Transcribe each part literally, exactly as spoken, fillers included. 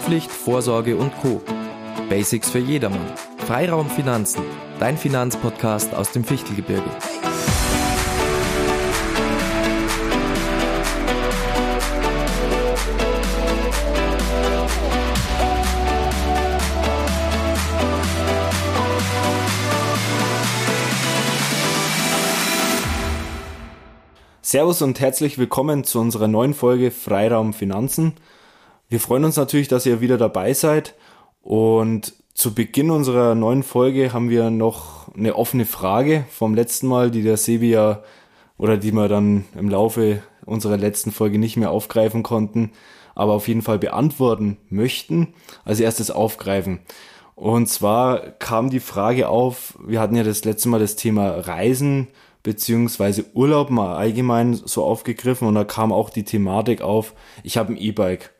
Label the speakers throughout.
Speaker 1: Haftpflicht, Vorsorge und Co. Basics für jedermann. Freiraum Finanzen, dein Finanzpodcast aus dem Fichtelgebirge.
Speaker 2: Servus und herzlich willkommen zu unserer neuen Folge Freiraum Finanzen. Wir freuen uns natürlich, dass ihr wieder dabei seid, und zu Beginn unserer neuen Folge haben wir noch eine offene Frage vom letzten Mal, die der Sebi ja, oder die wir dann im Laufe unserer letzten Folge nicht mehr aufgreifen konnten, aber auf jeden Fall beantworten möchten. Als erstes aufgreifen. Und zwar kam die Frage auf, wir hatten ja das letzte Mal das Thema Reisen beziehungsweise Urlaub mal allgemein so aufgegriffen, und da kam auch die Thematik auf, ich habe ein E-Bike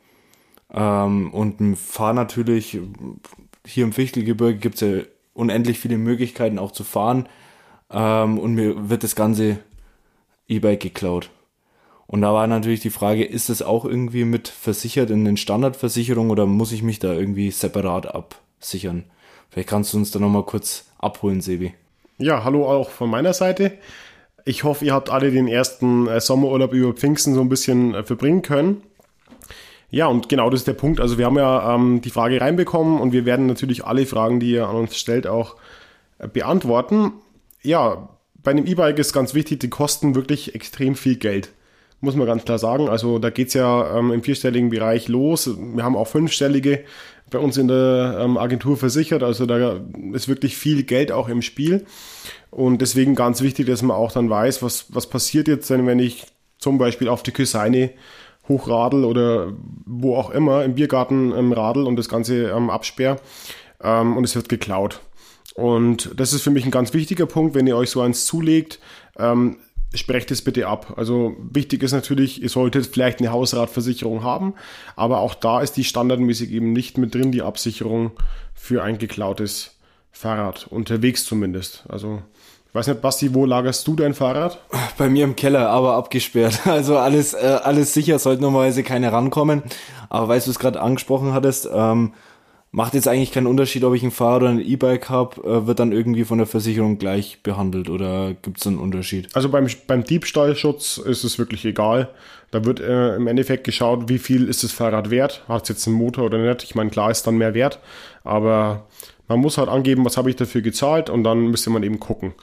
Speaker 2: ähm, und fahre natürlich, hier im Fichtelgebirge gibt es ja unendlich viele Möglichkeiten auch zu fahren, ähm, und mir wird das ganze E-Bike geklaut. Und da war natürlich die Frage, ist das auch irgendwie mit versichert in den Standardversicherungen oder muss ich mich da irgendwie separat absichern? Vielleicht kannst du uns da nochmal kurz abholen, Sebi.
Speaker 3: Ja, hallo auch von meiner Seite. Ich hoffe, ihr habt alle den ersten äh, Sommerurlaub über Pfingsten so ein bisschen äh, verbringen können. Ja, und genau das ist der Punkt. Also wir haben ja ähm, die Frage reinbekommen, und wir werden natürlich alle Fragen, die ihr an uns stellt, auch äh, beantworten. Ja, bei einem E-Bike ist ganz wichtig, die kosten wirklich extrem viel Geld. Muss man ganz klar sagen. Also da geht's ja ähm, im vierstelligen Bereich los. Wir haben auch fünfstellige bei uns in der ähm, Agentur versichert. Also da ist wirklich viel Geld auch im Spiel. Und deswegen ganz wichtig, dass man auch dann weiß, was, was passiert jetzt denn, wenn ich zum Beispiel auf die Küsseine hochradel oder wo auch immer, im Biergarten ähm, radel und das Ganze ähm, absperr ähm, und es wird geklaut. Und das ist für mich ein ganz wichtiger Punkt, wenn ihr euch so eins zulegt, ähm, sprecht es bitte ab. Also wichtig ist natürlich, ihr solltet vielleicht eine Hausratversicherung haben, aber auch da ist die standardmäßig eben nicht mit drin, die Absicherung für ein geklautes Fahrrad, unterwegs zumindest. Also ich weiß nicht, Basti, wo lagerst du dein Fahrrad?
Speaker 2: Bei mir im Keller, aber abgesperrt. Also alles äh, alles sicher, sollte normalerweise keine rankommen. Aber weil du es gerade angesprochen hattest, ähm, macht jetzt eigentlich keinen Unterschied, ob ich ein Fahrrad oder ein E-Bike habe, äh, wird dann irgendwie von der Versicherung gleich behandelt, oder gibt es einen Unterschied?
Speaker 3: Also beim, beim Diebstahlschutz ist es wirklich egal. Da wird äh, im Endeffekt geschaut, wie viel ist das Fahrrad wert, hat es jetzt einen Motor oder nicht. Ich meine, klar ist dann mehr wert, aber man muss halt angeben, was habe ich dafür gezahlt, und dann müsste man eben gucken.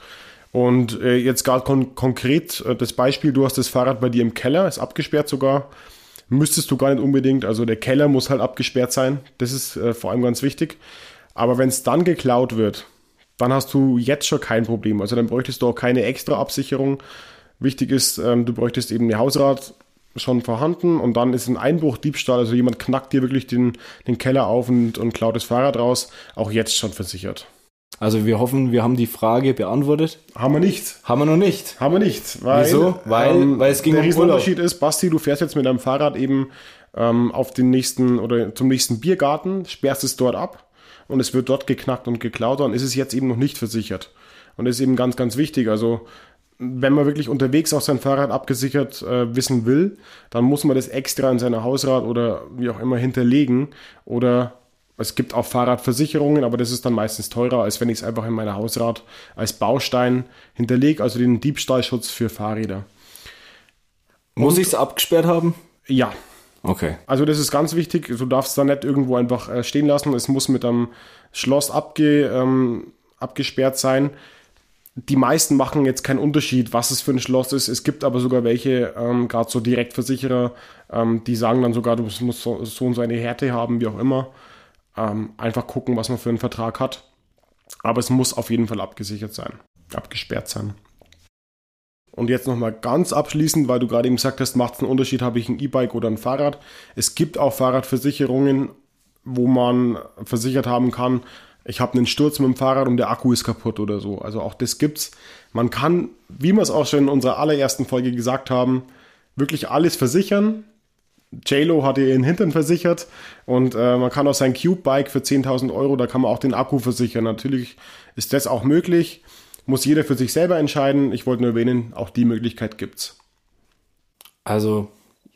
Speaker 3: Und äh, jetzt gerade kon- konkret äh, das Beispiel, du hast das Fahrrad bei dir im Keller, ist abgesperrt sogar. Müsstest du gar nicht unbedingt, also der Keller muss halt abgesperrt sein, das ist äh, vor allem ganz wichtig. Aber wenn es dann geklaut wird, dann hast du jetzt schon kein Problem. Also dann bräuchtest du auch keine extra Absicherung. Wichtig ist, ähm, du bräuchtest eben eine Hausrat schon vorhanden, und dann ist ein Einbruch, Diebstahl, also jemand knackt dir wirklich den, den Keller auf und, und klaut das Fahrrad raus, auch jetzt schon versichert.
Speaker 2: Also wir hoffen, wir haben die Frage beantwortet.
Speaker 3: Haben wir nicht.
Speaker 2: Haben wir noch nicht.
Speaker 3: Haben wir nicht. Weil,
Speaker 2: Wieso? Weil, ähm, weil es ging
Speaker 3: der
Speaker 2: um
Speaker 3: Riesenunterschied ist, Basti, du fährst jetzt mit deinem Fahrrad eben ähm, auf den nächsten oder zum nächsten Biergarten, sperrst es dort ab und es wird dort geknackt und geklaut, dann ist es jetzt eben noch nicht versichert. Und das ist eben ganz, ganz wichtig. Also wenn man wirklich unterwegs auch sein Fahrrad abgesichert äh, wissen will, dann muss man das extra in seiner Hausrat oder wie auch immer hinterlegen, oder es gibt auch Fahrradversicherungen, aber das ist dann meistens teurer, als wenn ich es einfach in meiner Hausrat als Baustein hinterlege, also den Diebstahlschutz für Fahrräder.
Speaker 2: Muss ich es abgesperrt haben?
Speaker 3: Ja.
Speaker 2: Okay.
Speaker 3: Also das ist ganz wichtig, du darfst es da nicht irgendwo einfach äh, stehen lassen, es muss mit einem Schloss abge, ähm, abgesperrt sein. Die meisten machen jetzt keinen Unterschied, was es für ein Schloss ist. Es gibt aber sogar welche, ähm, gerade so Direktversicherer, ähm, die sagen dann sogar, du musst so, so und so eine Härte haben, wie auch immer. Ähm, einfach gucken, was man für einen Vertrag hat. Aber es muss auf jeden Fall abgesichert sein, abgesperrt sein. Und jetzt nochmal ganz abschließend, weil du gerade eben gesagt hast, macht es einen Unterschied, habe ich ein E-Bike oder ein Fahrrad. Es gibt auch Fahrradversicherungen, wo man versichert haben kann, ich habe einen Sturz mit dem Fahrrad und der Akku ist kaputt oder so. Also auch das gibt's. Man kann, wie wir es auch schon in unserer allerersten Folge gesagt haben, wirklich alles versichern. J-Lo hat ihren Hintern versichert, und äh, man kann auch sein Cube-Bike für zehntausend Euro, da kann man auch den Akku versichern. Natürlich ist das auch möglich, muss jeder für sich selber entscheiden. Ich wollte nur erwähnen, auch die Möglichkeit gibt's.
Speaker 2: Also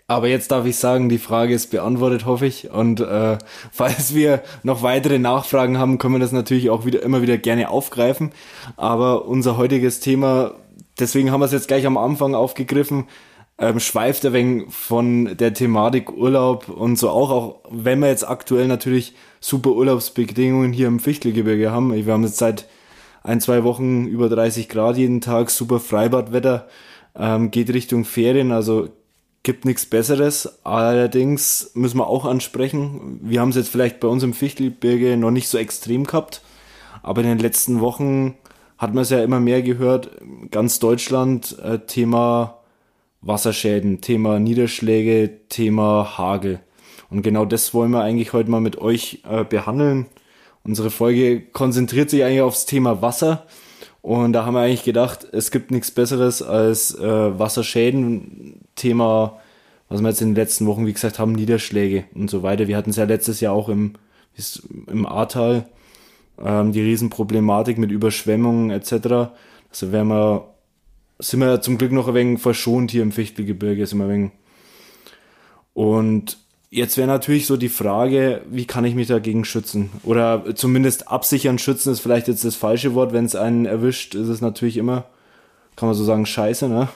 Speaker 2: Aber jetzt darf ich sagen, die Frage ist beantwortet, hoffe ich. Und äh, falls wir noch weitere Nachfragen haben, können wir das natürlich auch wieder immer wieder gerne aufgreifen. Aber unser heutiges Thema, deswegen haben wir es jetzt gleich am Anfang aufgegriffen, ähm, schweift ein wenig von der Thematik Urlaub und so auch, auch wenn wir jetzt aktuell natürlich super Urlaubsbedingungen hier im Fichtelgebirge haben. Wir haben jetzt seit ein, zwei Wochen über dreißig Grad jeden Tag, super Freibadwetter, ähm, geht Richtung Ferien, also gibt nichts Besseres. Allerdings müssen wir auch ansprechen, wir haben es jetzt vielleicht bei uns im Fichtelgebirge noch nicht so extrem gehabt, aber in den letzten Wochen hat man es ja immer mehr gehört, ganz Deutschland, äh, Thema Wasserschäden, Thema Niederschläge, Thema Hagel. Und genau das wollen wir eigentlich heute mal mit euch äh, behandeln. Unsere Folge konzentriert sich eigentlich aufs Thema Wasser. Und da haben wir eigentlich gedacht, es gibt nichts Besseres als äh, Wasserschäden, Thema, was wir jetzt in den letzten Wochen, wie gesagt haben, Niederschläge und so weiter. Wir hatten es ja letztes Jahr auch im, im Ahrtal, ähm, die Riesenproblematik mit Überschwemmungen et cetera. Also werden wir, sind wir zum Glück noch ein wenig verschont hier im Fichtelgebirge. Sind wir ein wenig. Und jetzt wäre natürlich so die Frage, wie kann ich mich dagegen schützen? Oder zumindest absichern, schützen ist vielleicht jetzt das falsche Wort. Wenn es einen erwischt, ist es natürlich immer, kann man so sagen, scheiße, ne?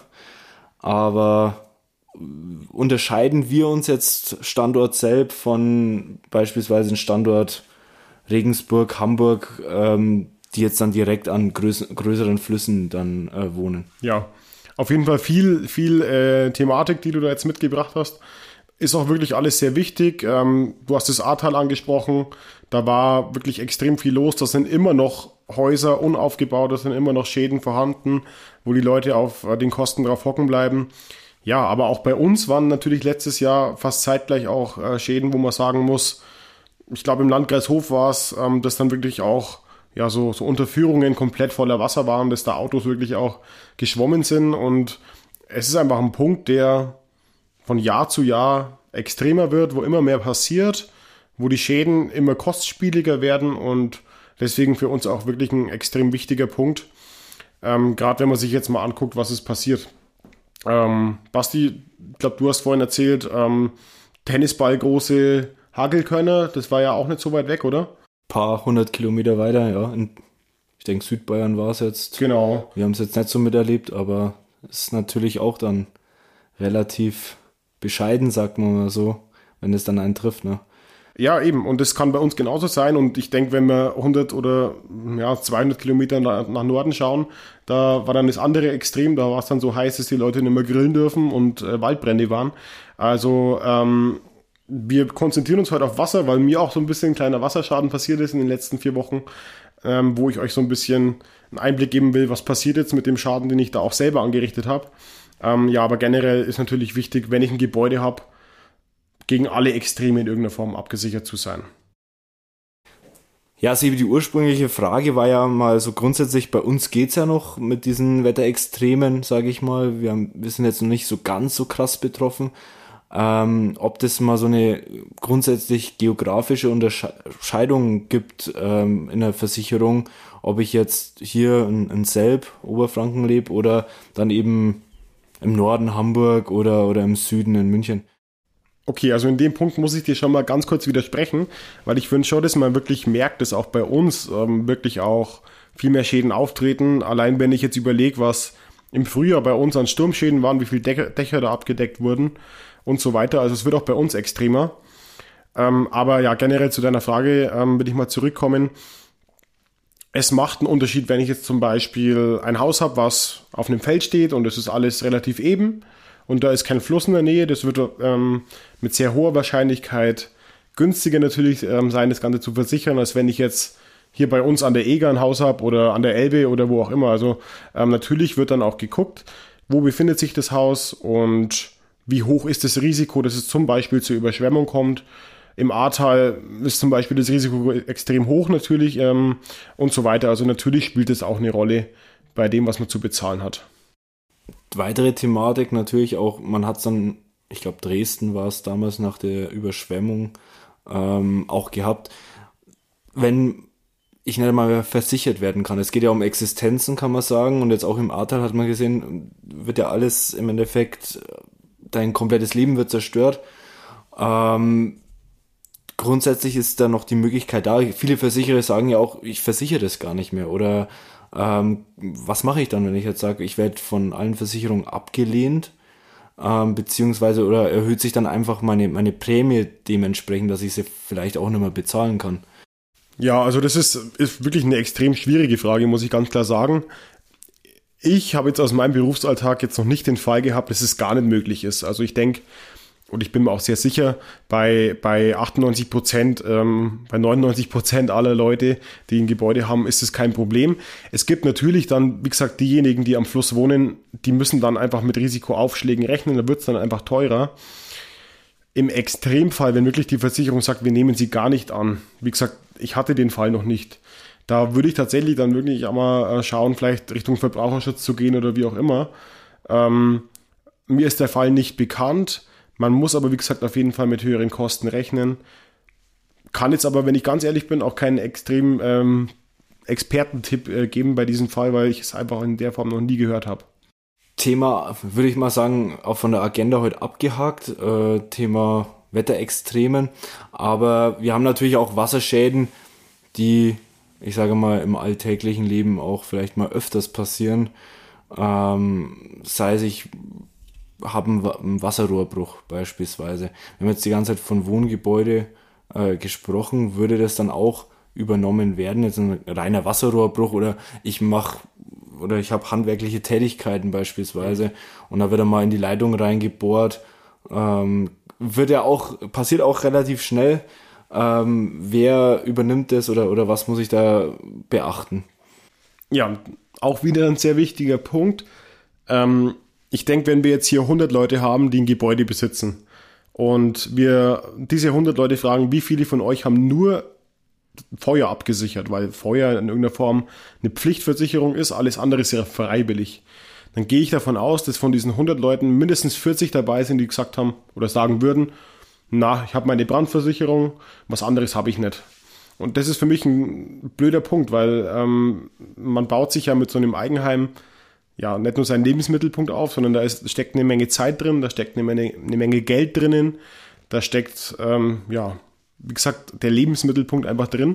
Speaker 2: Aber unterscheiden wir uns jetzt Standort Selb von beispielsweise dem Standort Regensburg, Hamburg, ähm, die jetzt dann direkt an größ- größeren Flüssen dann äh, wohnen?
Speaker 3: Ja, auf jeden Fall viel, viel äh, Thematik, die du da jetzt mitgebracht hast. Ist auch wirklich alles sehr wichtig. Ähm, du hast das Ahrtal angesprochen. Da war wirklich extrem viel los. Da sind immer noch Häuser unaufgebaut. Da sind immer noch Schäden vorhanden, wo die Leute auf äh, den Kosten drauf hocken bleiben. Ja, aber auch bei uns waren natürlich letztes Jahr fast zeitgleich auch äh, Schäden, wo man sagen muss, ich glaube im Landkreis Hof war es, ähm, dass dann wirklich auch ja so, so Unterführungen komplett voller Wasser waren, dass da Autos wirklich auch geschwommen sind. Und es ist einfach ein Punkt, der von Jahr zu Jahr extremer wird, wo immer mehr passiert, wo die Schäden immer kostspieliger werden und deswegen für uns auch wirklich ein extrem wichtiger Punkt. Ähm, gerade wenn man sich jetzt mal anguckt, was ist passiert. Ähm, Basti, ich glaube, du hast vorhin erzählt, ähm, Tennisballgroße Hagelkörner, das war ja auch nicht so weit weg, oder?
Speaker 2: Paar hundert Kilometer weiter, ja. In, ich denke, Südbayern war es jetzt.
Speaker 3: Genau.
Speaker 2: Wir haben es jetzt nicht so miterlebt, aber es ist natürlich auch dann relativ bescheiden, sagt man mal so, wenn es dann einen trifft, ne?
Speaker 3: Ja, eben. Und das kann bei uns genauso sein. Und ich denke, wenn wir hundert oder ja, zweihundert Kilometer nach, nach Norden schauen, da war dann das andere Extrem. Da war es dann so heiß, dass die Leute nicht mehr grillen dürfen und äh, Waldbrände waren. Also ähm, wir konzentrieren uns heute auf Wasser, weil mir auch so ein bisschen ein kleiner Wasserschaden passiert ist in den letzten vier Wochen, ähm, wo ich euch so ein bisschen einen Einblick geben will, was passiert jetzt mit dem Schaden, den ich da auch selber angerichtet habe. Ähm, ja, aber generell ist natürlich wichtig, wenn ich ein Gebäude habe, gegen alle Extreme in irgendeiner Form abgesichert zu sein.
Speaker 2: Ja, Sebi, die ursprüngliche Frage war ja mal so grundsätzlich, bei uns geht's ja noch mit diesen Wetterextremen, sage ich mal. Wir, haben, wir sind jetzt noch nicht so ganz so krass betroffen. Ähm, ob das mal so eine grundsätzlich geografische Unterscheidung gibt ähm, in der Versicherung, ob ich jetzt hier in, in Selb, Oberfranken lebe oder dann eben im Norden Hamburg oder, oder im Süden in München.
Speaker 3: Okay, also in dem Punkt muss ich dir schon mal ganz kurz widersprechen, weil ich finde schon, dass man wirklich merkt, dass auch bei uns ähm, wirklich auch viel mehr Schäden auftreten. Allein wenn ich jetzt überlege, was im Frühjahr bei uns an Sturmschäden waren, wie viele Dächer, Dächer da abgedeckt wurden und so weiter. Also es wird auch bei uns extremer. Ähm, aber ja, generell zu deiner Frage ähm, will ich mal zurückkommen. Es macht einen Unterschied, wenn ich jetzt zum Beispiel ein Haus habe, was auf einem Feld steht und es ist alles relativ eben und da ist kein Fluss in der Nähe. Das wird ähm, mit sehr hoher Wahrscheinlichkeit günstiger natürlich ähm, sein, das Ganze zu versichern, als wenn ich jetzt hier bei uns an der Eger ein Haus habe oder an der Elbe oder wo auch immer. Also ähm, natürlich wird dann auch geguckt, wo befindet sich das Haus und wie hoch ist das Risiko, dass es zum Beispiel zur Überschwemmung kommt. Im Ahrtal ist zum Beispiel das Risiko extrem hoch natürlich ähm, und so weiter. Also natürlich spielt es auch eine Rolle bei dem, was man zu bezahlen hat.
Speaker 2: Weitere Thematik natürlich auch, man hat es dann, ich glaube Dresden war es damals nach der Überschwemmung ähm, auch gehabt, wenn ich nicht mal versichert werden kann. Es geht ja um Existenzen, kann man sagen, und jetzt auch im Ahrtal hat man gesehen, wird ja alles im Endeffekt dein komplettes Leben wird zerstört. Ähm, grundsätzlich ist da noch die Möglichkeit da. Viele Versicherer sagen ja auch, ich versichere das gar nicht mehr. Oder ähm, was mache ich dann, wenn ich jetzt sage, ich werde von allen Versicherungen abgelehnt, ähm, beziehungsweise oder erhöht sich dann einfach meine, meine Prämie dementsprechend, dass ich sie vielleicht auch nicht mehr bezahlen kann?
Speaker 3: Ja, also das ist, ist wirklich eine extrem schwierige Frage, muss ich ganz klar sagen. Ich habe jetzt aus meinem Berufsalltag jetzt noch nicht den Fall gehabt, dass es gar nicht möglich ist. Also ich denke, und ich bin mir auch sehr sicher, bei, bei achtundneunzig Prozent, ähm, bei neunundneunzig Prozent aller Leute, die ein Gebäude haben, ist es kein Problem. Es gibt natürlich dann, wie gesagt, diejenigen, die am Fluss wohnen, die müssen dann einfach mit Risikoaufschlägen rechnen, da wird es dann einfach teurer. Im Extremfall, wenn wirklich die Versicherung sagt, wir nehmen sie gar nicht an, wie gesagt, ich hatte den Fall noch nicht. Da würde ich tatsächlich dann wirklich einmal schauen, vielleicht Richtung Verbraucherschutz zu gehen oder wie auch immer. Ähm, mir ist der Fall nicht bekannt. Man muss aber, wie gesagt, auf jeden Fall mit höheren Kosten rechnen. Kann jetzt aber, wenn ich ganz ehrlich bin, auch keinen extremen ähm, Expertentipp äh, geben bei diesem Fall, weil ich es einfach in der Form noch nie gehört habe.
Speaker 2: Thema, würde ich mal sagen, auch von der Agenda heute abgehakt. Äh, Thema Wetterextremen. Aber wir haben natürlich auch Wasserschäden, die, ich sage mal, im alltäglichen Leben auch vielleicht mal öfters passieren. Ähm, sei es ich habe einen Wasserrohrbruch beispielsweise. Wir haben jetzt die ganze Zeit von Wohngebäude äh, gesprochen, würde das dann auch übernommen werden, jetzt ein reiner Wasserrohrbruch oder ich mache oder ich habe handwerkliche Tätigkeiten beispielsweise und da wird dann mal in die Leitung reingebohrt, ähm, wird ja auch, passiert auch relativ schnell. Ähm, wer übernimmt das oder, oder was muss ich da beachten?
Speaker 3: Ja, auch wieder ein sehr wichtiger Punkt. Ähm, Ich denke, wenn wir jetzt hier hundert Leute haben, die ein Gebäude besitzen und wir diese hundert Leute fragen, wie viele von euch haben nur Feuer abgesichert, weil Feuer in irgendeiner Form eine Pflichtversicherung ist, alles andere ist ja freiwillig. Dann gehe ich davon aus, dass von diesen hundert Leuten mindestens vierzig dabei sind, die gesagt haben oder sagen würden, na, ich habe meine Brandversicherung, was anderes habe ich nicht. Und das ist für mich ein blöder Punkt, weil ähm, man baut sich ja mit so einem Eigenheim ja, nicht nur seinen Lebensmittelpunkt auf, sondern da ist, steckt eine Menge Zeit drin, da steckt eine Menge, eine Menge Geld drinnen, da steckt, ähm, ja, wie gesagt, der Lebensmittelpunkt einfach drin.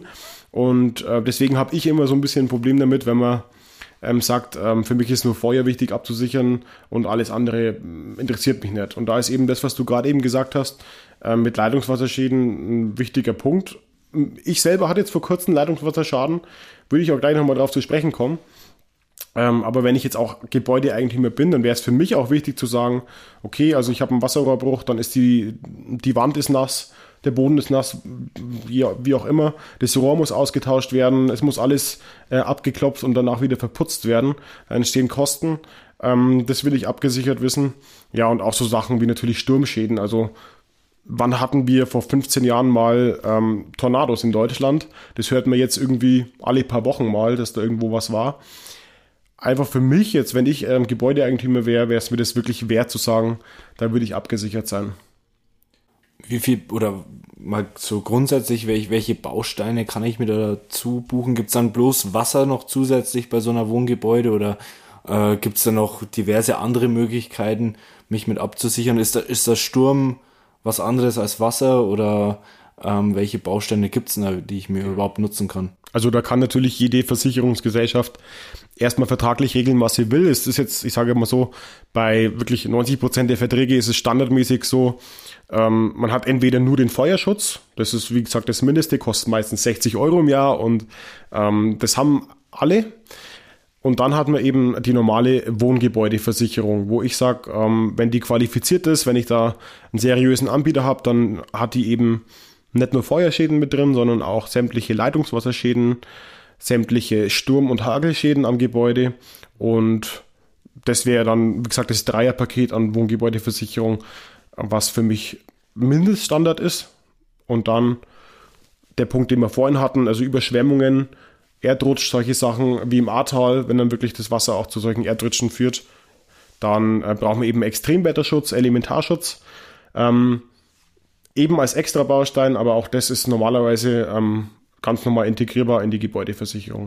Speaker 3: Und äh, deswegen habe ich immer so ein bisschen ein Problem damit, wenn man ähm, sagt, ähm, für mich ist nur Feuer wichtig abzusichern und alles andere ähm, interessiert mich nicht. Und da ist eben das, was du gerade eben gesagt hast, äh, mit Leitungswasserschäden ein wichtiger Punkt. Ich selber hatte jetzt vor kurzem Leitungswasserschaden, würde ich auch gleich nochmal drauf zu sprechen kommen. Ähm, aber wenn ich jetzt auch Gebäudeeigentümer bin, dann wäre es für mich auch wichtig zu sagen, okay, also ich habe einen Wasserrohrbruch, dann ist die, die Wand ist nass, der Boden ist nass, wie, wie auch immer, das Rohr muss ausgetauscht werden, es muss alles äh, abgeklopft und danach wieder verputzt werden, da entstehen Kosten, ähm, das will ich abgesichert wissen. Ja, und auch so Sachen wie natürlich Sturmschäden, also wann hatten wir vor fünfzehn Jahren mal ähm, Tornados in Deutschland? Das hört man jetzt irgendwie alle paar Wochen mal, dass da irgendwo was war. Einfach für mich jetzt, wenn ich ähm, Gebäudeeigentümer wäre, wäre es mir das wirklich wert zu sagen, da würde ich abgesichert sein.
Speaker 2: Wie viel, oder mal so grundsätzlich, welche, welche Bausteine kann ich mir da dazu buchen? Gibt es dann bloß Wasser noch zusätzlich bei so einer Wohngebäude oder äh, gibt es da noch diverse andere Möglichkeiten, mich mit abzusichern? Ist, da, ist das Sturm was anderes als Wasser oder ähm, welche Bausteine gibt es da, die ich mir überhaupt nutzen kann?
Speaker 3: Also da kann natürlich jede Versicherungsgesellschaft erstmal vertraglich regeln, was sie will. Es ist jetzt, ich sage mal so, bei wirklich neunzig Prozent der Verträge ist es standardmäßig so, ähm, man hat entweder nur den Feuerschutz, das ist wie gesagt das Mindeste, kostet meistens sechzig Euro im Jahr und ähm, das haben alle. Und dann hat man eben die normale Wohngebäudeversicherung, wo ich sage, ähm, wenn die qualifiziert ist, wenn ich da einen seriösen Anbieter habe, dann hat die eben nicht nur Feuerschäden mit drin, sondern auch sämtliche Leitungswasserschäden, sämtliche Sturm- und Hagelschäden am Gebäude. Und das wäre dann, wie gesagt, das Dreierpaket an Wohngebäudeversicherung, was für mich Mindeststandard ist. Und dann der Punkt, den wir vorhin hatten, also Überschwemmungen, Erdrutsch, solche Sachen wie im Ahrtal, wenn dann wirklich das Wasser auch zu solchen Erdrutschen führt, dann äh, brauchen wir eben Extremwetterschutz, Elementarschutz. Ähm, Eben als extra Baustein, aber auch das ist normalerweise ähm, ganz normal integrierbar in die Gebäudeversicherung.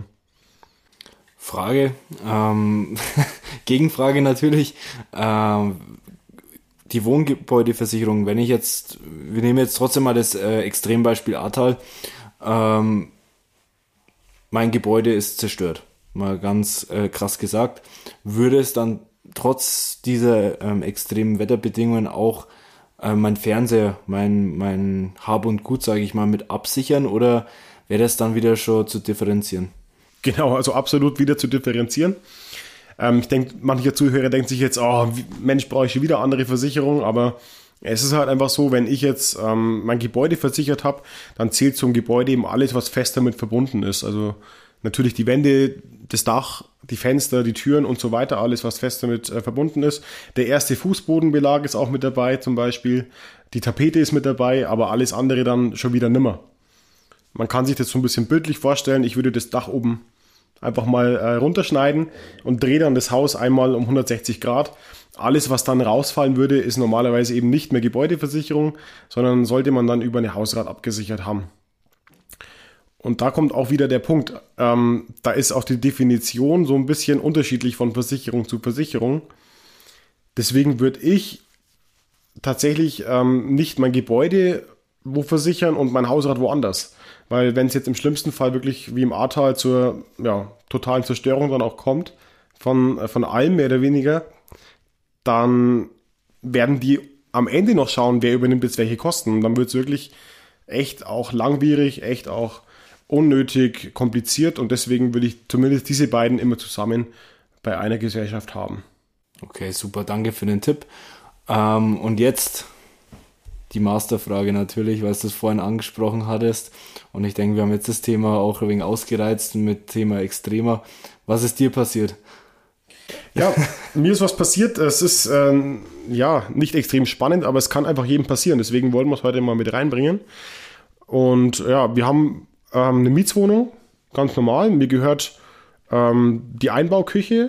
Speaker 2: Frage, ähm, Gegenfrage natürlich. Ähm, die Wohngebäudeversicherung, wenn ich jetzt, wir nehmen jetzt trotzdem mal das äh, Extrembeispiel Ahrtal, ähm, mein Gebäude ist zerstört, mal ganz äh, krass gesagt, würde es dann trotz dieser ähm, extremen Wetterbedingungen auch äh, mein Fernseher, mein, mein Hab und Gut, sage ich mal, mit absichern, oder wäre das dann wieder schon zu differenzieren?
Speaker 3: Genau, also absolut wieder zu differenzieren. Ähm, ich denke, manche Zuhörer denken sich jetzt, oh Mensch, brauche ich schon wieder andere Versicherungen, aber es ist halt einfach so, wenn ich jetzt ähm, mein Gebäude versichert habe, dann zählt zum Gebäude eben alles, was fest damit verbunden ist. Also natürlich die Wände, das Dach, die Fenster, die Türen und so weiter, alles, was fest damit äh, verbunden ist. Der erste Fußbodenbelag ist auch mit dabei zum Beispiel. Die Tapete ist mit dabei, aber alles andere dann schon wieder nimmer. Man kann sich das so ein bisschen bildlich vorstellen. Ich würde das Dach oben einfach mal äh, runterschneiden und drehe dann das Haus einmal um hundertsechzig Grad. Alles, was dann rausfallen würde, ist normalerweise eben nicht mehr Gebäudeversicherung, sondern sollte man dann über eine Hausrat abgesichert haben. Und da kommt auch wieder der Punkt, ähm, da ist auch die Definition so ein bisschen unterschiedlich von Versicherung zu Versicherung. Deswegen würde ich tatsächlich ähm, nicht mein Gebäude wo versichern und mein Hausrat woanders. Weil wenn es jetzt im schlimmsten Fall wirklich wie im Ahrtal zur ja, totalen Zerstörung dann auch kommt, von, von allem mehr oder weniger, dann werden die am Ende noch schauen, wer übernimmt jetzt welche Kosten. Und dann wird es wirklich echt auch langwierig, echt auch unnötig kompliziert. Und deswegen würde ich zumindest diese beiden immer zusammen bei einer Gesellschaft haben.
Speaker 2: Okay, super, danke für den Tipp. Ähm, und jetzt die Masterfrage natürlich, weil du das vorhin angesprochen hattest. Und ich denke, wir haben jetzt das Thema auch ein wenig ausgereizt mit Thema Extremer. Was ist dir passiert?
Speaker 3: Ja, mir ist was passiert. Es ist ähm, ja nicht extrem spannend, aber es kann einfach jedem passieren. Deswegen wollen wir es heute mal mit reinbringen. Und ja, wir haben ähm, eine Mietswohnung, ganz normal. Mir gehört ähm, die Einbauküche.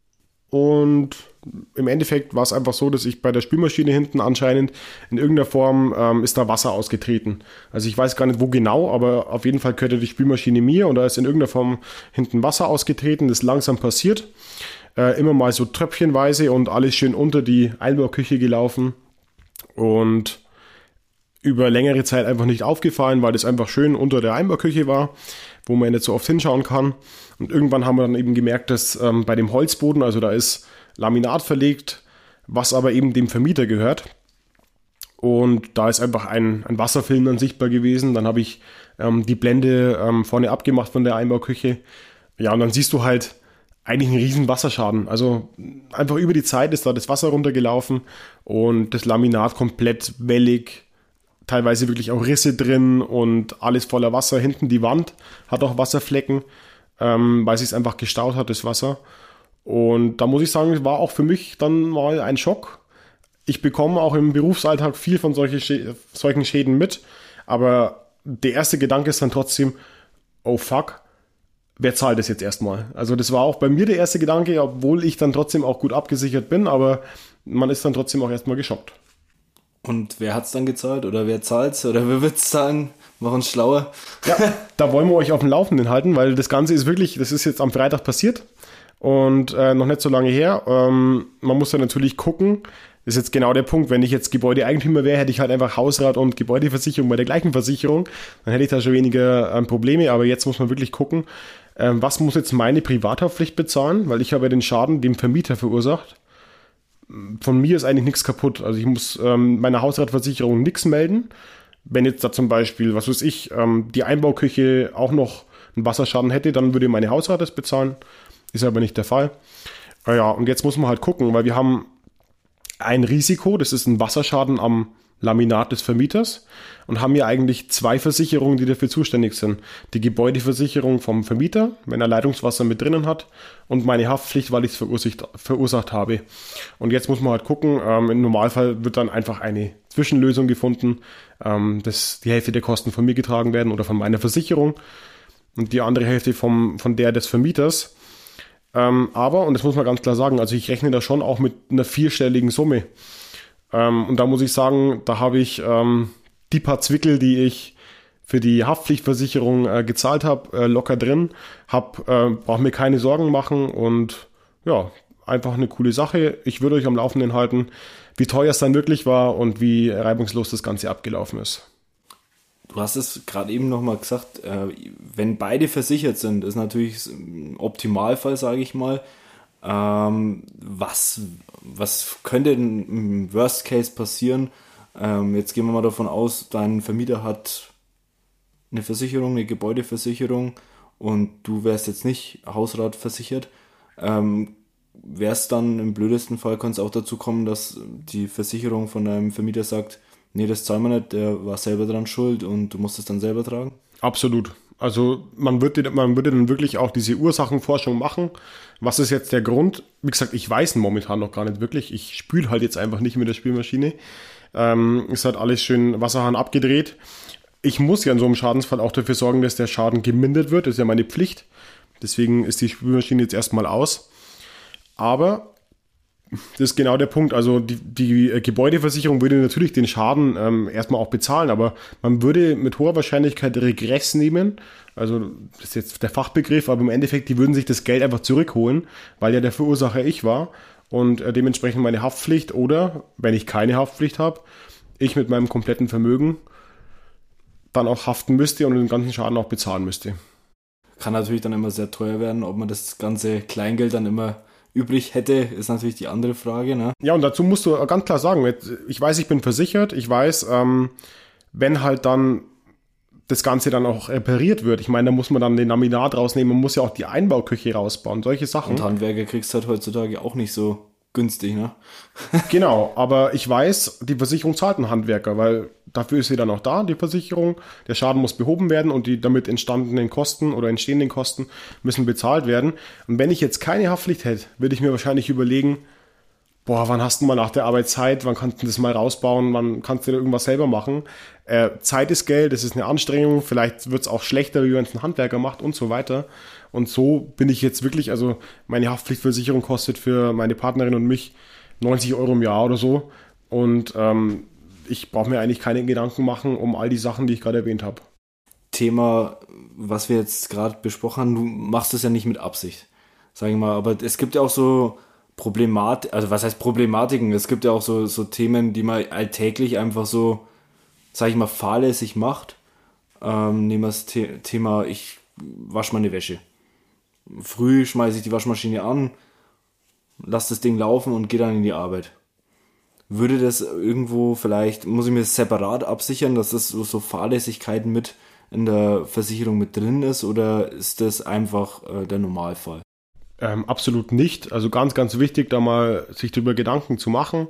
Speaker 3: Und im Endeffekt war es einfach so, dass ich bei der Spülmaschine hinten anscheinend in irgendeiner Form ähm, ist da Wasser ausgetreten. Also ich weiß gar nicht wo genau, aber auf jeden Fall gehörte die Spülmaschine mir und da ist in irgendeiner Form hinten Wasser ausgetreten. Das ist langsam passiert. Äh, immer mal so tröpfchenweise und alles schön unter die Einbauküche gelaufen. Und über längere Zeit einfach nicht aufgefallen, weil das einfach schön unter der Einbauküche war, wo man nicht so oft hinschauen kann. Und irgendwann haben wir dann eben gemerkt, dass ähm, bei dem Holzboden, also da ist Laminat verlegt, was aber eben dem Vermieter gehört. Und da ist einfach ein, ein Wasserfilm dann sichtbar gewesen. Dann habe ich ähm, die Blende ähm, vorne abgemacht von der Einbauküche. Ja, und dann siehst du halt eigentlich einen riesen Wasserschaden. Also einfach über die Zeit ist da das Wasser runtergelaufen und das Laminat komplett wellig, teilweise wirklich auch Risse drin und alles voller Wasser. Hinten die Wand hat auch Wasserflecken, ähm, weil sich es einfach gestaut hat, das Wasser. Und da muss ich sagen, war auch für mich dann mal ein Schock. Ich bekomme auch im Berufsalltag viel von solche Schä- solchen Schäden mit, aber der erste Gedanke ist dann trotzdem, oh fuck, wer zahlt das jetzt erstmal? Also das war auch bei mir der erste Gedanke, obwohl ich dann trotzdem auch gut abgesichert bin, aber man ist dann trotzdem auch erstmal geschockt.
Speaker 2: Und wer hat's dann gezahlt oder wer zahlt's oder wer wird's zahlen? Mach uns schlauer.
Speaker 3: Ja, da wollen wir euch auf dem Laufenden halten, weil das Ganze ist wirklich, das ist jetzt am Freitag passiert und äh, noch nicht so lange her. Ähm, man muss ja natürlich gucken, das ist jetzt genau der Punkt, wenn ich jetzt Gebäudeeigentümer wäre, hätte ich halt einfach Hausrat und Gebäudeversicherung bei der gleichen Versicherung, dann hätte ich da schon weniger ähm, Probleme, aber jetzt muss man wirklich gucken, ähm, was muss jetzt meine Privathaftpflicht bezahlen, weil ich habe ja den Schaden dem Vermieter verursacht. Von mir ist eigentlich nichts kaputt. Also ich muss ähm, meiner Hausratversicherung nichts melden. Wenn jetzt da zum Beispiel, was weiß ich, ähm, die Einbauküche auch noch einen Wasserschaden hätte, dann würde meine Hausrat das bezahlen. Ist aber nicht der Fall. Ja, und jetzt muss man halt gucken, weil wir haben ein Risiko, das ist ein Wasserschaden am Laminat des Vermieters und haben hier eigentlich zwei Versicherungen, die dafür zuständig sind. Die Gebäudeversicherung vom Vermieter, wenn er Leitungswasser mit drinnen hat, und meine Haftpflicht, weil ich es verursacht, verursacht habe. Und jetzt muss man halt gucken, ähm, im Normalfall wird dann einfach eine Zwischenlösung gefunden, ähm, dass die Hälfte der Kosten von mir getragen werden oder von meiner Versicherung und die andere Hälfte vom, von der des Vermieters. Ähm, aber, und das muss man ganz klar sagen, also ich rechne da schon auch mit einer vierstelligen Summe. Ähm, und da muss ich sagen, da habe ich ähm, die paar Zwickel, die ich für die Haftpflichtversicherung äh, gezahlt habe, äh, locker drin. Hab, äh, brauche mir keine Sorgen machen und ja, einfach eine coole Sache. Ich würde euch am Laufenden halten, wie teuer es dann wirklich war und wie reibungslos das Ganze abgelaufen ist.
Speaker 2: Du hast es gerade eben nochmal gesagt, äh, wenn beide versichert sind, ist natürlich ein Optimalfall, sage ich mal. Ähm, was, was könnte denn im Worst Case passieren? Ähm, jetzt gehen wir mal davon aus, dein Vermieter hat eine Versicherung, eine Gebäudeversicherung und du wärst jetzt nicht Hausrat versichert. Ähm, wär's dann im blödesten Fall, kann es auch dazu kommen, dass die Versicherung von deinem Vermieter sagt, nee, das zahlen wir nicht, der war selber dran schuld und du musst es dann selber tragen?
Speaker 3: Absolut. Also man würde, man würde dann wirklich auch diese Ursachenforschung machen. Was ist jetzt der Grund? Wie gesagt, ich weiß momentan noch gar nicht wirklich. Ich spüle halt jetzt einfach nicht mit der Spülmaschine. Ähm, ist halt alles schön Wasserhahn abgedreht. Ich muss ja in so einem Schadensfall auch dafür sorgen, dass der Schaden gemindert wird. Das ist ja meine Pflicht. Deswegen ist die Spülmaschine jetzt erstmal aus. Aber das ist genau der Punkt. Also die, die Gebäudeversicherung würde natürlich den Schaden ähm, erstmal auch bezahlen, aber man würde mit hoher Wahrscheinlichkeit Regress nehmen. Also das ist jetzt der Fachbegriff, aber im Endeffekt, die würden sich das Geld einfach zurückholen, weil ja der Verursacher ich war und äh, dementsprechend meine Haftpflicht oder, wenn ich keine Haftpflicht habe, ich mit meinem kompletten Vermögen dann auch haften müsste und den ganzen Schaden auch bezahlen müsste.
Speaker 2: Kann natürlich dann immer sehr teuer werden, ob man das ganze Kleingeld dann immer übrig hätte, ist natürlich die andere Frage. Ne?
Speaker 3: Ja, und dazu musst du ganz klar sagen, ich weiß, ich bin versichert, ich weiß, ähm, wenn halt dann das Ganze dann auch repariert wird, ich meine, da muss man dann den Laminat rausnehmen, man muss ja auch die Einbauküche rausbauen, solche Sachen.
Speaker 2: Und Handwerker kriegst du halt heutzutage auch nicht so günstig, ne?
Speaker 3: Genau, aber ich weiß, die Versicherung zahlt einen Handwerker, weil dafür ist sie dann auch da, die Versicherung. Der Schaden muss behoben werden und die damit entstandenen Kosten oder entstehenden Kosten müssen bezahlt werden. Und wenn ich jetzt keine Haftpflicht hätte, würde ich mir wahrscheinlich überlegen, boah, wann hast du mal nach der Arbeit Zeit, wann kannst du das mal rausbauen, wann kannst du irgendwas selber machen. Äh, Zeit ist Geld, das ist eine Anstrengung, vielleicht wird es auch schlechter, wie wenn es ein Handwerker macht und so weiter. Und so bin ich jetzt wirklich, also meine Haftpflichtversicherung kostet für meine Partnerin und mich neunzig Euro im Jahr oder so. Und ähm, ich brauche mir eigentlich keine Gedanken machen um all die Sachen, die ich gerade erwähnt habe.
Speaker 2: Thema, was wir jetzt gerade besprochen haben, du machst es ja nicht mit Absicht, sage ich mal. Aber es gibt ja auch so Problematik, also was heißt Problematiken? Es gibt ja auch so, so Themen, die man alltäglich einfach so, sage ich mal, fahrlässig macht. Ähm, nehmen wir das The- Thema, ich wasche meine Wäsche. Früh schmeiße ich die Waschmaschine an, lasse das Ding laufen und gehe dann in die Arbeit. Würde das irgendwo vielleicht, muss ich mir das separat absichern, dass das so, so Fahrlässigkeiten mit in der Versicherung mit drin ist, oder ist das einfach äh, der Normalfall?
Speaker 3: Ähm, absolut nicht. Also ganz, ganz wichtig, da mal sich darüber Gedanken zu machen.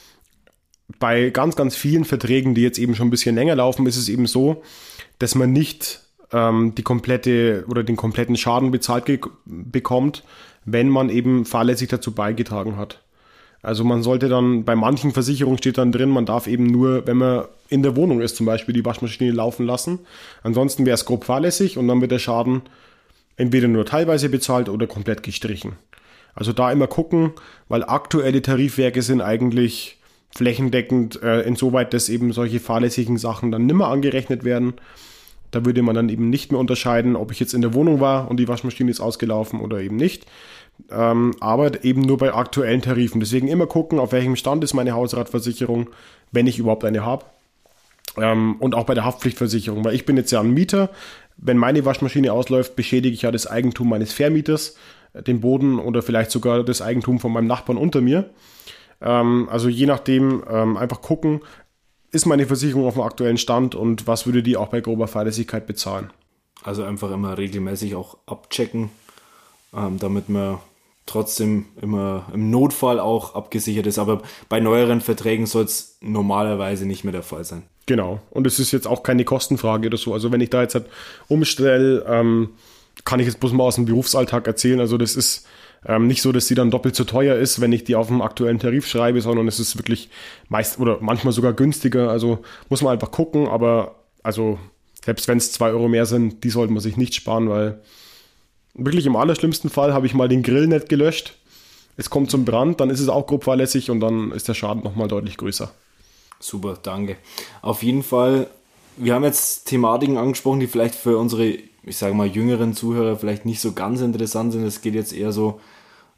Speaker 3: Bei ganz, ganz vielen Verträgen, die jetzt eben schon ein bisschen länger laufen, ist es eben so, dass man nicht ähm, die komplette oder den kompletten Schaden bezahlt ge- bekommt, wenn man eben fahrlässig dazu beigetragen hat. Also man sollte dann, bei manchen Versicherungen steht dann drin, man darf eben nur, wenn man in der Wohnung ist, zum Beispiel die Waschmaschine laufen lassen. Ansonsten wäre es grob fahrlässig und dann wird der Schaden entweder nur teilweise bezahlt oder komplett gestrichen. Also da immer gucken, weil aktuelle Tarifwerke sind eigentlich flächendeckend äh, insoweit, dass eben solche fahrlässigen Sachen dann nimmer angerechnet werden. Da würde man dann eben nicht mehr unterscheiden, ob ich jetzt in der Wohnung war und die Waschmaschine ist ausgelaufen oder eben nicht. Ähm, aber eben nur bei aktuellen Tarifen. Deswegen immer gucken, auf welchem Stand ist meine Hausratversicherung, wenn ich überhaupt eine habe. Ähm, und auch bei der Haftpflichtversicherung, weil ich bin jetzt ja ein Mieter. Wenn meine Waschmaschine ausläuft, beschädige ich ja das Eigentum meines Vermieters, den Boden oder vielleicht sogar das Eigentum von meinem Nachbarn unter mir. Ähm, also je nachdem ähm, einfach gucken, ist meine Versicherung auf dem aktuellen Stand und was würde die auch bei grober Fahrlässigkeit bezahlen.
Speaker 2: Also einfach immer regelmäßig auch abchecken, ähm, damit man trotzdem immer im Notfall auch abgesichert ist. Aber bei neueren Verträgen soll es normalerweise nicht mehr der Fall sein.
Speaker 3: Genau. Und es ist jetzt auch keine Kostenfrage oder so. Also wenn ich da jetzt halt umstelle, ähm, kann ich jetzt bloß mal aus dem Berufsalltag erzählen. Also das ist ähm, nicht so, dass die dann doppelt so teuer ist, wenn ich die auf dem aktuellen Tarif schreibe, sondern es ist wirklich meist oder manchmal sogar günstiger. Also muss man einfach gucken. Aber also selbst wenn es zwei Euro mehr sind, die sollte man sich nicht sparen, weil wirklich im allerschlimmsten Fall habe ich mal den Grill nicht gelöscht. Es kommt zum Brand, dann ist es auch grob fahrlässig und dann ist der Schaden nochmal deutlich größer.
Speaker 2: Super, danke. Auf jeden Fall, wir haben jetzt Thematiken angesprochen, die vielleicht für unsere, ich sage mal, jüngeren Zuhörer vielleicht nicht so ganz interessant sind. Es geht jetzt eher so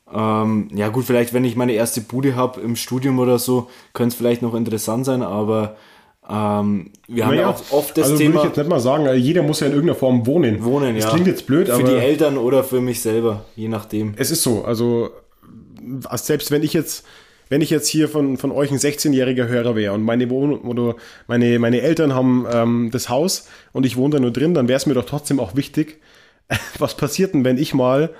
Speaker 2: Ähm, ja gut, vielleicht wenn ich meine erste Bude habe im Studium oder so, könnte es vielleicht noch interessant sein, aber ähm, wir haben
Speaker 3: naja,
Speaker 2: ja auch oft das
Speaker 3: also
Speaker 2: Thema...
Speaker 3: würde ich jetzt nicht mal sagen, jeder muss ja in irgendeiner Form wohnen.
Speaker 2: Wohnen,
Speaker 3: das
Speaker 2: ja.
Speaker 3: Das klingt jetzt blöd,
Speaker 2: für
Speaker 3: aber...
Speaker 2: Für die Eltern oder für mich selber, je nachdem.
Speaker 3: Es ist so, also selbst wenn ich jetzt... Wenn ich jetzt hier von, von euch ein sechzehnjähriger Hörer wäre und meine Wohnung oder meine, meine Eltern haben ähm, das Haus und ich wohne da nur drin, dann wäre es mir doch trotzdem auch wichtig, was passiert denn, wenn ich mal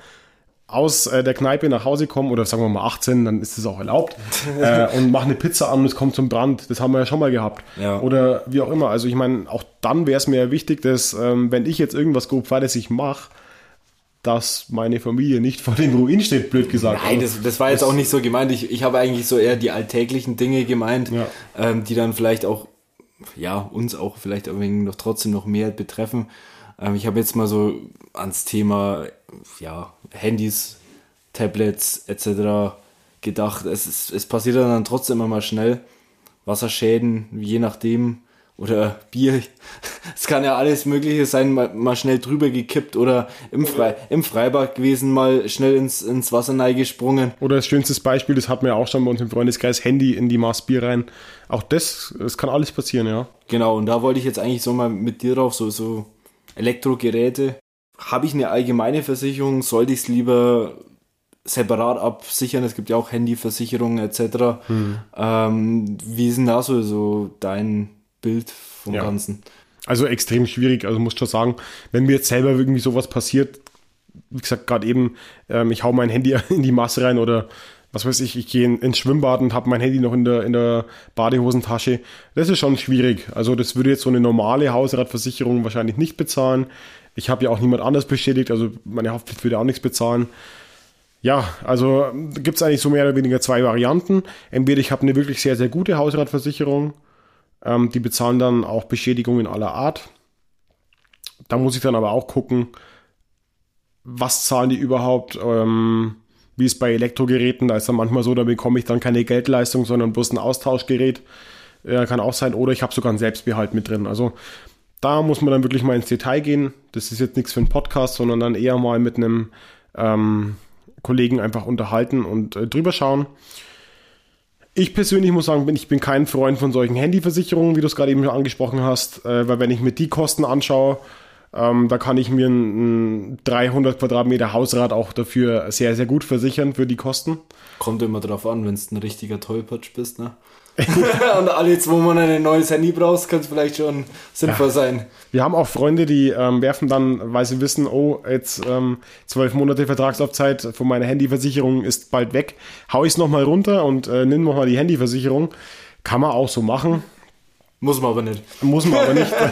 Speaker 3: aus äh, der Kneipe nach Hause komme, oder sagen wir mal achtzehn, dann ist das auch erlaubt, äh, und mache eine Pizza an und es kommt zum Brand. Das haben wir ja schon mal gehabt.
Speaker 2: Ja.
Speaker 3: Oder wie auch immer. Also ich meine, auch dann wäre es mir wichtig, dass, ähm, wenn ich jetzt irgendwas grob fahrlässig mache, dass meine Familie nicht vor dem Ruin steht, blöd gesagt.
Speaker 2: Nein, das, das war jetzt das auch nicht so gemeint. Ich, ich habe eigentlich so eher die alltäglichen Dinge gemeint,
Speaker 3: ja.
Speaker 2: ähm, die dann vielleicht auch, ja, uns auch vielleicht ein wenig noch trotzdem noch mehr betreffen. Ähm, ich habe jetzt mal so ans Thema, ja, Handys, Tablets et cetera gedacht. Es, ist, es passiert dann trotzdem immer mal schnell. Wasserschäden, je nachdem. Oder Bier, es kann ja alles Mögliche sein, mal, mal schnell drüber gekippt oder im, Fre- im Freibad gewesen, mal schnell ins, ins Wasser gesprungen.
Speaker 3: Oder das schönste Beispiel, das hatten wir ja auch schon bei uns im Freundeskreis, Handy in die Maß Bier rein. Auch das, das kann alles passieren, ja.
Speaker 2: Genau, und da wollte ich jetzt eigentlich so mal mit dir drauf, so, so Elektrogeräte. Habe ich eine allgemeine Versicherung, sollte ich es lieber separat absichern? Es gibt ja auch Handyversicherungen et cetera. Hm. Ähm, wie ist denn da so, so dein Bild vom
Speaker 3: ja.
Speaker 2: Ganzen?
Speaker 3: Also extrem schwierig, also muss schon sagen, wenn mir jetzt selber irgendwie sowas passiert, wie gesagt, gerade eben, ähm, ich hau mein Handy in die Masse rein oder was weiß ich, ich gehe in, ins Schwimmbad und habe mein Handy noch in der, in der Badehosentasche, das ist schon schwierig. Also das würde jetzt so eine normale Hausratversicherung wahrscheinlich nicht bezahlen. Ich habe ja auch niemand anders beschädigt, also meine Haftpflicht würde auch nichts bezahlen. Ja, also gibt es eigentlich so mehr oder weniger zwei Varianten. Entweder ich habe eine wirklich sehr, sehr gute Hausratversicherung, ähm, die bezahlen dann auch Beschädigungen aller Art. Da muss ich dann aber auch gucken, was zahlen die überhaupt, ähm, wie es bei Elektrogeräten, da ist dann manchmal so, da bekomme ich dann keine Geldleistung, sondern bloß ein Austauschgerät, äh, kann auch sein, oder ich habe sogar einen Selbstbehalt mit drin. Also da muss man dann wirklich mal ins Detail gehen. Das ist jetzt nichts für einen Podcast, sondern dann eher mal mit einem ähm, Kollegen einfach unterhalten und äh, drüber schauen. Ich persönlich muss sagen, ich bin kein Freund von solchen Handyversicherungen, wie du es gerade eben schon angesprochen hast, äh, weil wenn ich mir die Kosten anschaue, ähm, da kann ich mir ein, ein dreihundert Quadratmeter Hausrat auch dafür sehr, sehr gut versichern für die Kosten.
Speaker 2: Kommt immer drauf an, wenn du ein richtiger Tollpatsch bist, ne? Und alle zwei Monate ein neues Handy brauchst, könnte es vielleicht schon sinnvoll ja. sein.
Speaker 3: Wir haben auch Freunde, die ähm, werfen dann, weil sie wissen, oh, jetzt ähm, zwölf Monate Vertragslaufzeit von meiner Handyversicherung ist bald weg, hau ich es nochmal runter und äh, nimm nochmal die Handyversicherung. Kann man auch so machen.
Speaker 2: Muss man aber nicht.
Speaker 3: Muss man aber nicht.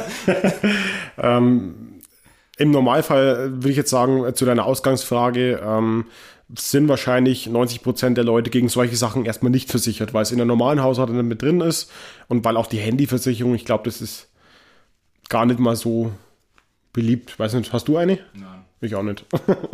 Speaker 3: ähm, Im Normalfall würde ich jetzt sagen, zu deiner Ausgangsfrage, ähm, sind wahrscheinlich neunzig Prozent der Leute gegen solche Sachen erstmal nicht versichert, weil es in der normalen Hausrat nicht mit drin ist und weil auch die Handyversicherung, ich glaube, das ist gar nicht mal so beliebt. Weiß nicht, hast du eine?
Speaker 2: Nein.
Speaker 3: Ich auch nicht.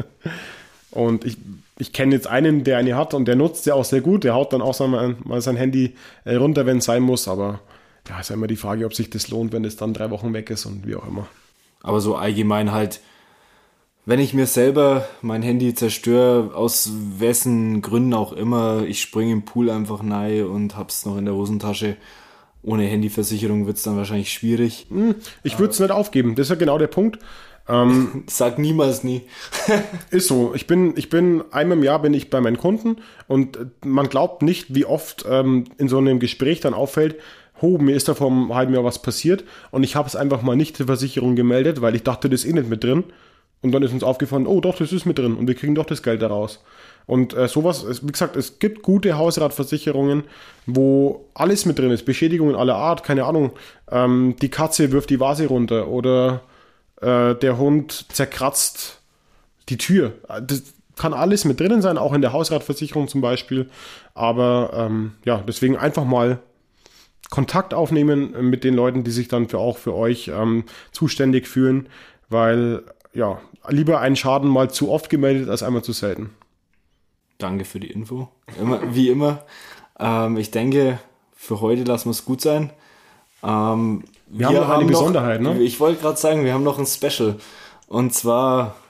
Speaker 3: Und ich, ich kenne jetzt einen, der eine hat und der nutzt ja auch sehr gut. Der haut dann auch mal, mal sein Handy runter, wenn es sein muss, aber ja, ist ja immer die Frage, ob sich das lohnt, wenn es dann drei Wochen weg ist und wie auch immer.
Speaker 2: Aber so allgemein halt, wenn ich mir selber mein Handy zerstöre, aus wessen Gründen auch immer, ich springe im Pool einfach rein und hab's noch in der Hosentasche. Ohne Handyversicherung wird's dann wahrscheinlich schwierig.
Speaker 3: Ich würde es nicht aufgeben, das ist ja genau der Punkt. Ähm,
Speaker 2: Sag niemals nie.
Speaker 3: Ist so. Ich bin, ich bin einmal im Jahr bin ich bei meinen Kunden und man glaubt nicht, wie oft ähm, in so einem Gespräch dann auffällt, oh, mir ist da vor einem halben Jahr was passiert und ich habe es einfach mal nicht zur Versicherung gemeldet, weil ich dachte, das ist eh nicht mit drin. Und dann ist uns aufgefallen, oh doch, das ist mit drin und wir kriegen doch das Geld daraus. Und äh, sowas, wie gesagt, es gibt gute Hausratversicherungen, wo alles mit drin ist, Beschädigungen aller Art, keine Ahnung, ähm, die Katze wirft die Vase runter oder äh, der Hund zerkratzt die Tür. Das kann alles mit drinnen sein, auch in der Hausratversicherung zum Beispiel. Aber ähm, ja, deswegen einfach mal Kontakt aufnehmen mit den Leuten, die sich dann für auch für euch ähm, zuständig fühlen, weil ja, lieber einen Schaden mal zu oft gemeldet, als einmal zu selten.
Speaker 2: Danke für die Info. Immer, wie immer. Ähm, ich denke, für heute lassen wir es gut sein. Ähm,
Speaker 3: wir, wir haben noch eine Besonderheit,
Speaker 2: noch,
Speaker 3: ne?
Speaker 2: Ich wollte gerade sagen, wir haben noch ein Special. Und zwar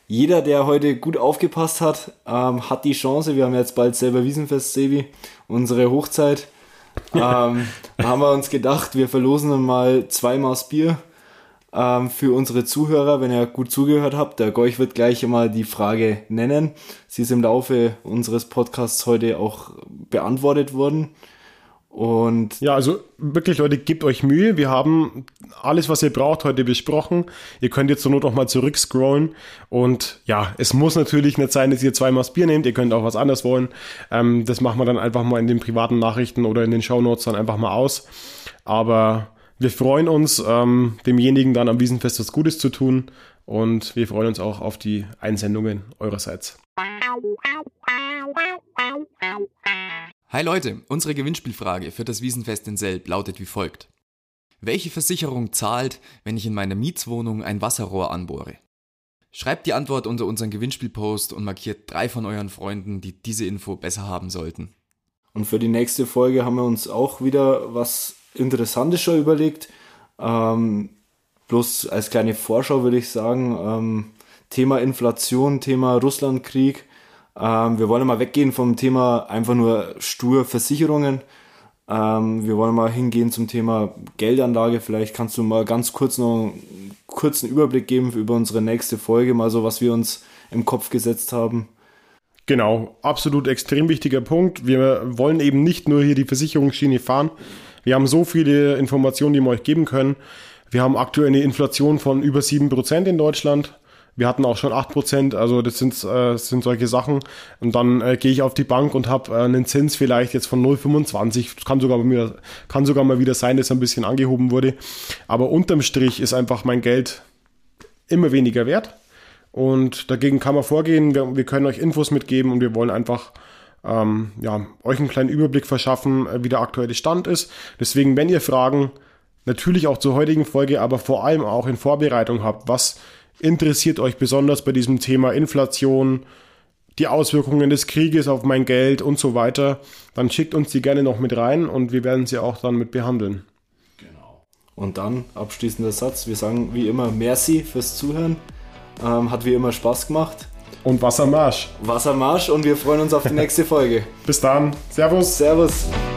Speaker 2: jeder, der heute gut aufgepasst hat, ähm, hat die Chance. Wir haben jetzt bald selber Wiesenfest, Sebi, unsere Hochzeit. ähm, da haben wir uns gedacht, wir verlosen mal zwei Maß Bier ähm, für unsere Zuhörer, wenn ihr gut zugehört habt. Der Gorch wird gleich mal die Frage nennen. Sie ist im Laufe unseres Podcasts heute auch beantwortet worden. Und
Speaker 3: ja, also wirklich, Leute, gebt euch Mühe. Wir haben alles, was ihr braucht, heute besprochen. Ihr könnt jetzt zur Not auch mal zurückscrollen. Und ja, es muss natürlich nicht sein, dass ihr zweimal das Bier nehmt. Ihr könnt auch was anderes wollen. Ähm, das machen wir dann einfach mal in den privaten Nachrichten oder in den Shownotes dann einfach mal aus. Aber wir freuen uns, ähm, demjenigen dann am Wiesenfest was Gutes zu tun. Und wir freuen uns auch auf die Einsendungen eurerseits.
Speaker 1: Hi Leute, unsere Gewinnspielfrage für das Wiesenfest in Selb lautet wie folgt. Welche Versicherung zahlt, wenn ich in meiner Mietswohnung ein Wasserrohr anbohre? Schreibt die Antwort unter unseren Gewinnspielpost und markiert drei von euren Freunden, die diese Info besser haben sollten.
Speaker 2: Und für die nächste Folge haben wir uns auch wieder was Interessantes schon überlegt. Ähm, bloß als kleine Vorschau würde ich sagen, ähm, Thema Inflation, Thema Russlandkrieg. Ähm, wir wollen mal weggehen vom Thema einfach nur stur Versicherungen. Ähm, wir wollen mal hingehen zum Thema Geldanlage. Vielleicht kannst du mal ganz kurz noch einen kurzen Überblick geben über unsere nächste Folge, mal so, was wir uns im Kopf gesetzt haben.
Speaker 3: Genau, absolut extrem wichtiger Punkt. Wir wollen eben nicht nur hier die Versicherungsschiene fahren. Wir haben so viele Informationen, die wir euch geben können. Wir haben aktuell eine Inflation von über sieben Prozent in Deutschland. Wir hatten auch schon acht Prozent, also das sind, äh, das sind solche Sachen. Und dann äh, gehe ich auf die Bank und habe äh, einen Zins vielleicht jetzt von null Komma fünfundzwanzig. Kann sogar, mal, kann sogar mal wieder sein, dass er ein bisschen angehoben wurde. Aber unterm Strich ist einfach mein Geld immer weniger wert. Und dagegen kann man vorgehen. Wir, wir können euch Infos mitgeben und wir wollen einfach ähm, ja, euch einen kleinen Überblick verschaffen, wie der aktuelle Stand ist. Deswegen, wenn ihr Fragen, natürlich auch zur heutigen Folge, aber vor allem auch in Vorbereitung habt, was interessiert euch besonders bei diesem Thema Inflation, die Auswirkungen des Krieges auf mein Geld und so weiter, dann schickt uns die gerne noch mit rein und wir werden sie auch dann mit behandeln.
Speaker 2: Genau. Und dann abschließender Satz, wir sagen wie immer merci fürs Zuhören, ähm, hat wie immer Spaß gemacht.
Speaker 3: Und Wassermarsch.
Speaker 2: Wassermarsch und wir freuen uns auf die nächste Folge.
Speaker 3: Bis dann. Servus.
Speaker 2: Servus.